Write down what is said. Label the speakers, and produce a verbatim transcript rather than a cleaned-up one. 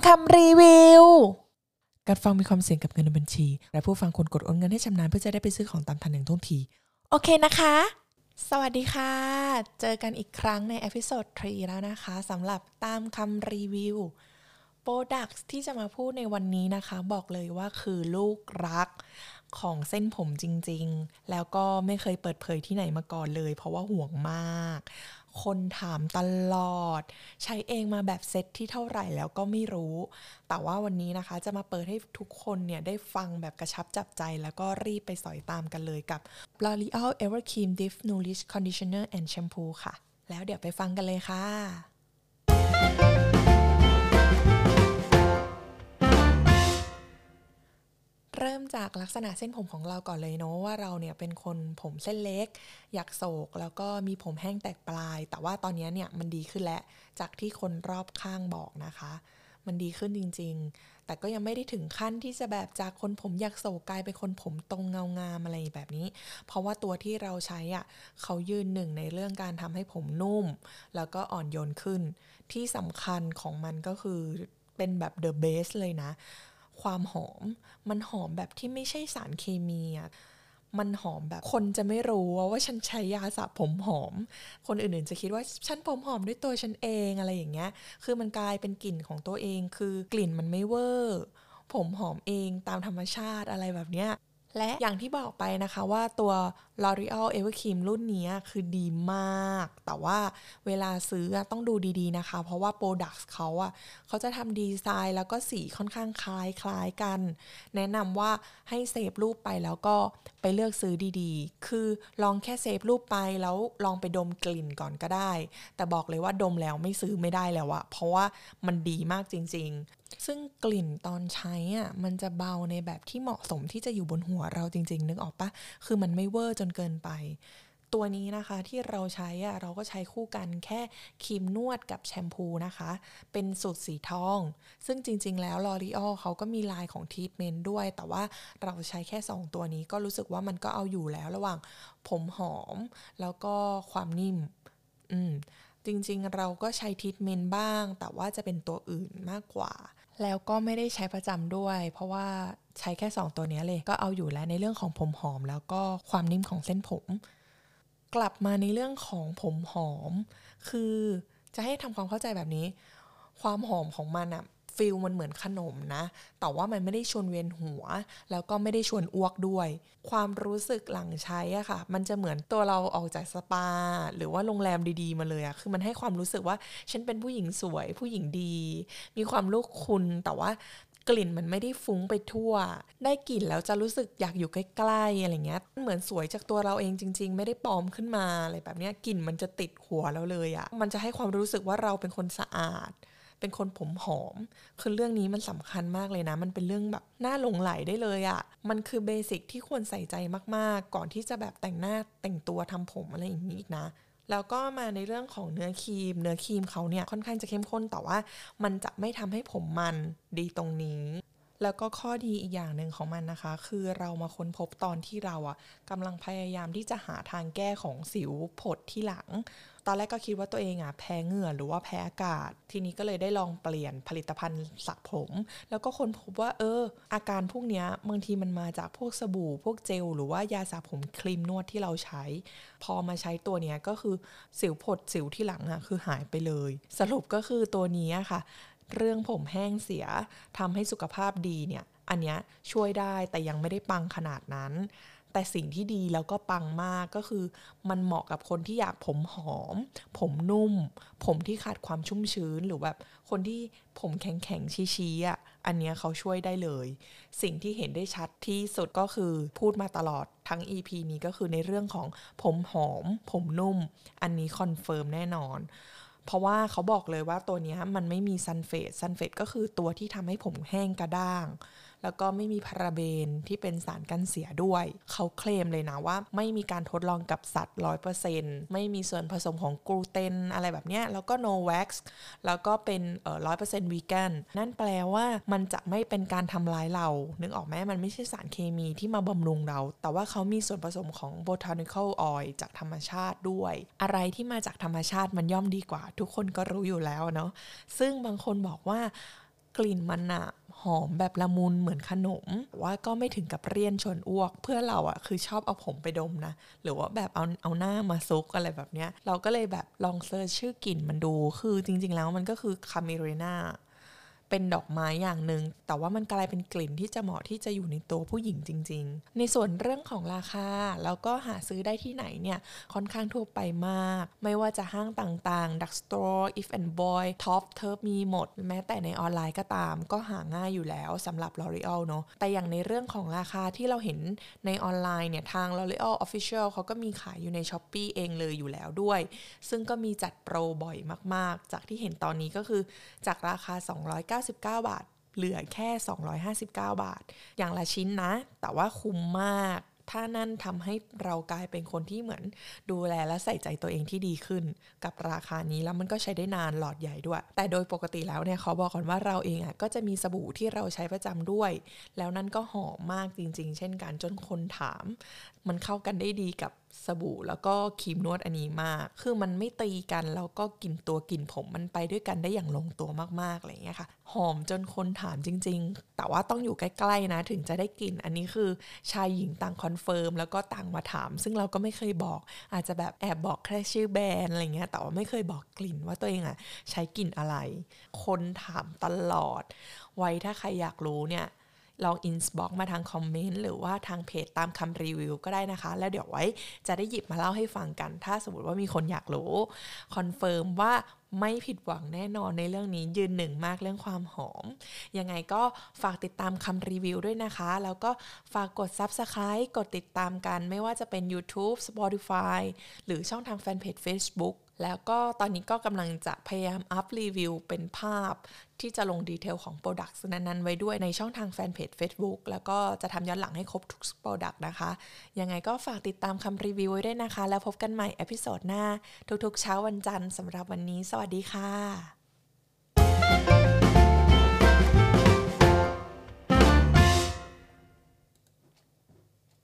Speaker 1: คำรีวิวการฟังมีความเสี่ยงกับเงินในบัญชีและผู้ฟังควรกดโอนเงินให้ชำนาญเพื่อจะได้ไปซื้อของตามทันอย่างท่วงทีโอเคนะคะสวัสดีค่ะเจอกันอีกครั้งในเอพิโซดสามแล้วนะคะสำหรับตามคำรีวิวโปรดักต์ที่จะมาพูดในวันนี้นะคะบอกเลยว่าคือลูกรักของเส้นผมจริงๆแล้วก็ไม่เคยเปิดเผยที่ไหนมาก่อนเลยเพราะว่าห่วงมากคนถามตลอดใช้เองมาแบบเซ็ตที่เท่าไหร่แล้วก็ไม่รู้แต่ว่าวันนี้นะคะจะมาเปิดให้ทุกคนเนี่ยได้ฟังแบบกระชับจับใจแล้วก็รีบไปสอยตามกันเลยกับ L'Oreal Evercream Deep Nourish Conditioner and Shampoo ค่ะแล้วเดี๋ยวไปฟังกันเลยค่ะเริ่มจากลักษณะเส้นผมของเราก่อนเลยเนาะว่าเราเนี่ยเป็นคนผมเส้นเล็กอยากโศกแล้วก็มีผมแห้งแตกปลายแต่ว่าตอนนี้เนี่ยมันดีขึ้นแล้วจากที่คนรอบข้างบอกนะคะมันดีขึ้นจริงๆแต่ก็ยังไม่ได้ถึงขั้นที่จะแบบจากคนผมอยากโศกกลายเป็นคนผมตรงเงางามอะไรแบบนี้เพราะว่าตัวที่เราใช้อ่ะเขายืนหนึ่งในเรื่องการทำให้ผมนุ่มแล้วก็อ่อนโยนขึ้นที่สำคัญของมันก็คือเป็นแบบ the best เลยนะความหอมมันหอมแบบที่ไม่ใช่สารเคมีอ่ะมันหอมแบบคนจะไม่รู้ว่าฉันใช้ยาสระผมหอมคนอื่นๆจะคิดว่าฉันผมหอมด้วยตัวฉันเองอะไรอย่างเงี้ยคือมันกลายเป็นกลิ่นของตัวเองคือกลิ่นมันไม่เวอร์ผมหอมเองตามธรรมชาติอะไรแบบเนี้ยและอย่างที่บอกไปนะคะว่าตัว L'Oreal Evercream รุ่นนี้คือดีมากแต่ว่าเวลาซื้อต้องดูดีๆนะคะเพราะว่า Products เขาอะเขาจะทำดีไซน์แล้วก็สีค่อนข้างคล้ายคล้ายกันแนะนำว่าให้เซฟรูปไปแล้วก็ไปเลือกซื้อดีๆคือลองแค่เซฟรูปไปแล้วลองไปดมกลิ่นก่อนก็ได้แต่บอกเลยว่าดมแล้วไม่ซื้อไม่ได้แล้วอะเพราะว่ามันดีมากจริงๆซึ่งกลิ่นตอนใช้อ่ะมันจะเบาในแบบที่เหมาะสมที่จะอยู่บนหัวเราจริงๆนึกออกปะคือมันไม่เวอร์จนเกินไปตัวนี้นะคะที่เราใช้อ่ะเราก็ใช้คู่กันแค่ครีมนวดกับแชมพูนะคะเป็นสูตรสีทองซึ่งจริงๆแล้ว L'Oreal เขาก็มีไลน์ของทรีทเมนต์ด้วยแต่ว่าเราใช้แค่สองตัวนี้ก็รู้สึกว่ามันก็เอาอยู่แล้วระหว่างผมหอมแล้วก็ความนิ่มอืมจริงๆเราก็ใช้ทรีทเมนต์บ้างแต่ว่าจะเป็นตัวอื่นมากกว่าแล้วก็ไม่ได้ใช้ประจำด้วยเพราะว่าใช้แค่สองตัวนี้เลยก็เอาอยู่แล้วในเรื่องของผมหอมแล้วก็ความนิ่มของเส้นผมกลับมาในเรื่องของผมหอมคือจะให้ทำความเข้าใจแบบนี้ความหอมของมันอะฟีลมันเหมือนขนมนะแต่ว่ามันไม่ได้ชวนเวียนหัวแล้วก็ไม่ได้ชวนอ้วกด้วยความรู้สึกหลังใช้อะค่ะมันจะเหมือนตัวเราออกจากสปาหรือว่าโรงแรมดีๆมาเลยอะคือมันให้ความรู้สึกว่าฉันเป็นผู้หญิงสวยผู้หญิงดีมีความลูกคุณแต่ว่ากลิ่นมันไม่ได้ฟุ้งไปทั่วได้กลิ่นแล้วจะรู้สึกอยากอยู่ใกล้ๆอะไรเงี้ยเหมือนสวยจากตัวเราเองจริงๆไม่ได้ปลอมขึ้นมาอะไรแบบเนี้ยกลิ่นมันจะติดหัวเราเลยอะมันจะให้ความรู้สึกว่าเราเป็นคนสะอาดเป็นคนผมหอมคือเรื่องนี้มันสำคัญมากเลยนะมันเป็นเรื่องแบบน่าหลงไหลได้เลยอะมันคือเบสิกที่ควรใส่ใจมากๆก่อนที่จะแบบแต่งหน้าแต่งตัวทำผมอะไรอย่างนี้อีกนะแล้วก็มาในเรื่องของเนื้อครีมเนื้อครีมเขาเนี่ยค่อนข้างจะเข้มข้นแต่ว่ามันจะไม่ทำให้ผมมันดีตรงนี้แล้วก็ข้อดีอีกอย่างหนึ่งของมันนะคะคือเรามาค้นพบตอนที่เราอ่ะกำลังพยายามที่จะหาทางแก้ของสิวผดที่หลังตอนแรกก็คิดว่าตัวเองอ่ะแพ้เหงื่อหรือว่าแพ้อากาศทีนี้ก็เลยได้ลองเปลี่ยนผลิตภัณฑ์สระผมแล้วก็ค้นพบว่าเอออาการพวกเนี้ยบางทีมันมาจากพวกสบู่พวกเจลหรือว่ายาสระผมครีมนวดที่เราใช้พอมาใช้ตัวเนี้ยก็คือสิวผดสิวที่หลังอ่ะคือหายไปเลยสรุปก็คือตัวนี้ค่ะเรื่องผมแห้งเสียทำให้สุขภาพดีเนี่ยอันเนี้ยช่วยได้แต่ยังไม่ได้ปังขนาดนั้นแต่สิ่งที่ดีแล้วก็ปังมากก็คือมันเหมาะกับคนที่อยากผมหอมผมนุ่มผมที่ขาดความชุ่มชื้นหรือแบบคนที่ผมแข็งๆชี้ๆอ่ะอันเนี้ยเขาช่วยได้เลยสิ่งที่เห็นได้ชัดที่สุดก็คือพูดมาตลอดทั้ง อี พี นี้ก็คือในเรื่องของผมหอมผมนุ่มอันนี้คอนเฟิร์มแน่นอนเพราะว่าเขาบอกเลยว่าตัวนี้มันไม่มีซัลเฟตซัลเฟตก็คือตัวที่ทำให้ผมแห้งกระด้างแล้วก็ไม่มีพาราเบนที่เป็นสารกันเสียด้วยเขาเคลมเลยนะว่าไม่มีการทดลองกับสัตว์ ร้อยเปอร์เซ็นต์ ไม่มีส่วนผสมของกลูเตนอะไรแบบเนี้ยแล้วก็ no wax แล้วก็เป็นเอ่อ ร้อยเปอร์เซ็นต์ vegan นั่นแปลว่ามันจะไม่เป็นการทำร้ายเรานึกออกไหมมันไม่ใช่สารเคมีที่มาบำรุงเราแต่ว่าเขามีส่วนผสมของ botanical oil จากธรรมชาติด้วยอะไรที่มาจากธรรมชาติมันย่อมดีกว่าทุกคนก็รู้อยู่แล้วเนาะซึ่งบางคนบอกว่ากลิ่นมันอะหอมแบบละมุนเหมือนขนมว่าก็ไม่ถึงกับเลี่ยนชวนอ้วกเพื่อนเราอะคือชอบเอาผมไปดมนะหรือว่าแบบเอาเอาหน้ามาซุกอะไรแบบเนี้ยเราก็เลยแบบลองเซิร์ชชื่อกลิ่นมันดูคือจริงๆแล้วมันก็คือคาเมเรนาเป็นดอกไม้อย่างหนึ่งแต่ว่ามันกลายเป็นกลิ่นที่จะเหมาะที่จะอยู่ในตัวผู้หญิงจริงๆในส่วนเรื่องของราคาแล้วก็หาซื้อได้ที่ไหนเนี่ยค่อนข้างทั่วไปมากไม่ว่าจะห้างต่างๆ Dark Store If and Boy Top Turf มีหมดแม้แต่ในออนไลน์ก็ตามก็หาง่ายอยู่แล้วสำหรับ L'Oreal เนาะแต่อย่างในเรื่องของราคาที่เราเห็นในออนไลน์เนี่ยทาง L'Oreal Official เขาก็มีขายอยู่ใน Shopee เองเลยอยู่แล้วด้วยซึ่งก็มีจัดโปรบ่อยมากๆจากที่เห็นตอนนี้ก็คือจากราคาสองร้อยเก้าสิบเก้าบาทเหลือแค่สองร้อยห้าสิบเก้าบาทอย่างละชิ้นนะแต่ว่าคุ้มมากถ้านั่นทำให้เรากลายเป็นคนที่เหมือนดูแลและใส่ใจตัวเองที่ดีขึ้นกับราคานี้แล้วมันก็ใช้ได้นานหลอดใหญ่ด้วยแต่โดยปกติแล้วเนี่ยเขาบอกก่อนว่าเราเองอ่ะก็จะมีสบู่ที่เราใช้ประจำด้วยแล้วนั่นก็หอมมากจริงๆเช่นกันจนคนถามมันเข้ากันได้ดีกับสบู่แล้วก็ครีมนวดอันนี้มากคือมันไม่ตีกันแล้วก็กลิ่นตัวกลิ่นผมมันไปด้วยกันได้อย่างลงตัวมากๆอะไรอย่างเงี้ยค่ะหอมจนคนถามจริงๆแต่ว่าต้องอยู่ใกล้ๆนะถึงจะได้กลิ่นอันนี้คือชายหญิงต่างคอนเฟิร์มแล้วก็ต่างมาถามซึ่งเราก็ไม่เคยบอกอาจจะแบบแอบบอกแค่ชื่อแบรนด์อะไรเงี้ยแต่ว่าไม่เคยบอกกลิ่นว่าตัวเองอ่ะใช้กลิ่นอะไรคนถามตลอดไว้ถ้าใครอยากรู้เนี่ยลองอินบ็อกซ์มาทางคอมเมนต์หรือว่าทางเพจตามคำรีวิวก็ได้นะคะแล้วเดี๋ยวไว้จะได้หยิบมาเล่าให้ฟังกันถ้าสมมติว่ามีคนอยากรู้คอนเฟิร์มว่าไม่ผิดหวังแน่นอนในเรื่องนี้ยืนหนึ่งมากเรื่องความหอมยังไงก็ฝากติดตามคำรีวิวด้วยนะคะแล้วก็ฝากกด ซับสไครบ์ กดติดตามกันไม่ว่าจะเป็น YouTube Spotify หรือช่องทางแฟนเพจ Facebook แล้วก็ตอนนี้ก็กำลังจะพยายามอัพรีวิวเป็นภาพที่จะลงดีเทลของ Product นั้นๆไว้ด้วยในช่องทางแฟนเพจ Facebook แล้วก็จะทำย้อนหลังให้ครบทุก Product นะคะยังไงก็ฝากติดตามคำรีวิวไว้ด้วยนะคะแล้วพบกันใหม่เอพิโซดหน้าทุกๆเช้าวันจันทร์สำหรับวันนี้สวัสดีค่ะ